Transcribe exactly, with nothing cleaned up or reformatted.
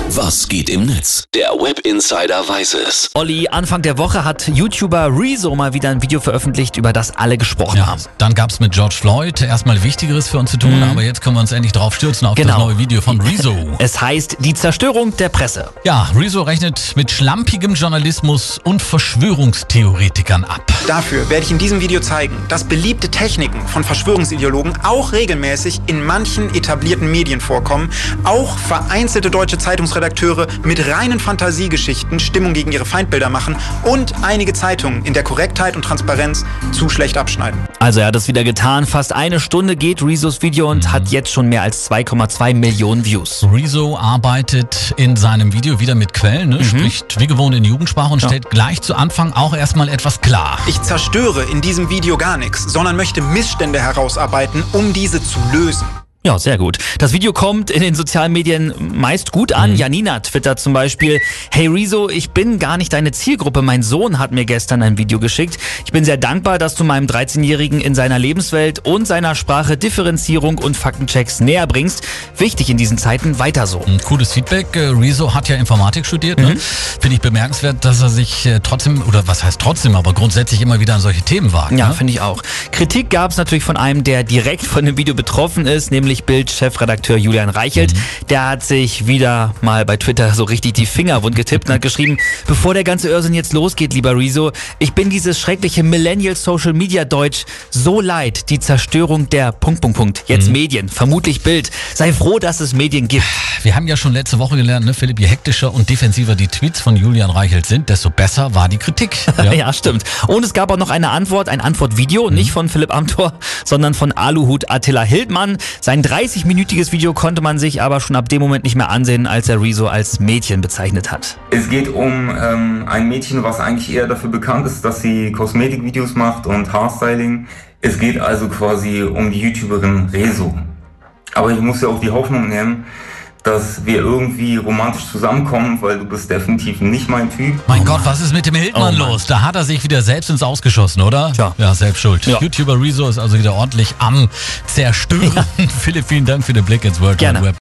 Was geht im Netz? Der Web Insider weiß es. Olli, Anfang der Woche hat YouTuber Rezo mal wieder ein Video veröffentlicht, über das alle gesprochen Ja, haben. dann gab es mit George Floyd erstmal Wichtigeres für uns zu tun, mhm. aber jetzt können wir uns endlich drauf stürzen auf Genau. das neue Video von Rezo. Es heißt die Zerstörung der Presse. Ja, Rezo rechnet mit schlampigem Journalismus und Verschwörungstheoretikern ab. Dafür werde ich in diesem Video zeigen, dass beliebte Techniken von Verschwörungsideologen auch regelmäßig in manchen etablierten Medien vorkommen. Auch vereinzelte deutsche Zeitungsredakteure mit reinen Fantasiegeschichten Stimmung gegen ihre Feindbilder machen und einige Zeitungen in der Korrektheit und Transparenz zu schlecht abschneiden. Also er hat es wieder getan. Fast eine Stunde geht Rezos Video und mhm. hat jetzt schon mehr als zwei Komma zwei Millionen Views. Rezo arbeitet in seinem Video wieder mit Quellen, ne? mhm. spricht wie gewohnt in Jugendsprache und ja. stellt gleich zu Anfang auch erstmal etwas klar. Ich zerstöre in diesem Video gar nichts, sondern möchte Missstände herausarbeiten, um diese zu lösen. Ja, sehr gut. Das Video kommt in den sozialen Medien meist gut an. Mhm. Janina twittert zum Beispiel: Hey Rezo, ich bin gar nicht deine Zielgruppe. Mein Sohn hat mir gestern ein Video geschickt. Ich bin sehr dankbar, dass du meinem dreizehnjährigen in seiner Lebenswelt und seiner Sprache Differenzierung und Faktenchecks näher bringst. Wichtig in diesen Zeiten, weiter so. Ein cooles Feedback. Rezo hat ja Informatik studiert. Mhm. Ne? Finde ich bemerkenswert, dass er sich trotzdem, oder was heißt trotzdem, aber grundsätzlich immer wieder an solche Themen wagt. Ja, ne? finde ich auch. Kritik gab es natürlich von einem, der direkt von dem Video betroffen ist, nämlich Bild-Chefredakteur Julian Reichelt. Mhm. Der hat sich wieder mal bei Twitter so richtig die Finger wund getippt und hat geschrieben: Bevor der ganze Irrsinn jetzt losgeht, lieber Rezo, ich bin dieses schreckliche Millennial-Social-Media-Deutsch so leid. Die Zerstörung der Punkt, Punkt, Punkt. Jetzt mhm. Medien, vermutlich Bild. Sei froh, dass es Medien gibt. Wir haben ja schon letzte Woche gelernt, ne, Philipp, je hektischer und defensiver die Tweets von Julian Reichelt sind, desto besser war die Kritik. Ja, ja stimmt. Und es gab auch noch eine Antwort, ein Antwortvideo, mhm. nicht von Philipp Amthor, sondern von Aluhut Attila Hildmann. Sein dreißigminütiges Video konnte man sich aber schon ab dem Moment nicht mehr ansehen, als er Rezo als Mädchen bezeichnet hat. Es geht um ähm, ein Mädchen, was eigentlich eher dafür bekannt ist, dass sie Kosmetikvideos macht und Haarstyling. Es geht also quasi um die YouTuberin Rezo. Aber ich muss ja auch die Hoffnung nehmen, dass wir irgendwie romantisch zusammenkommen, weil du bist definitiv nicht mein Typ. Mein oh Gott, was ist mit dem Hildmann oh los? Da hat er sich wieder selbst ins Ausgeschossen, oder? Tja. Ja, selbst schuld. Ja. YouTuber Rezo ist also wieder ordentlich am Zerstören. Ja. Philipp, vielen Dank für den Blick ins World Wide Web.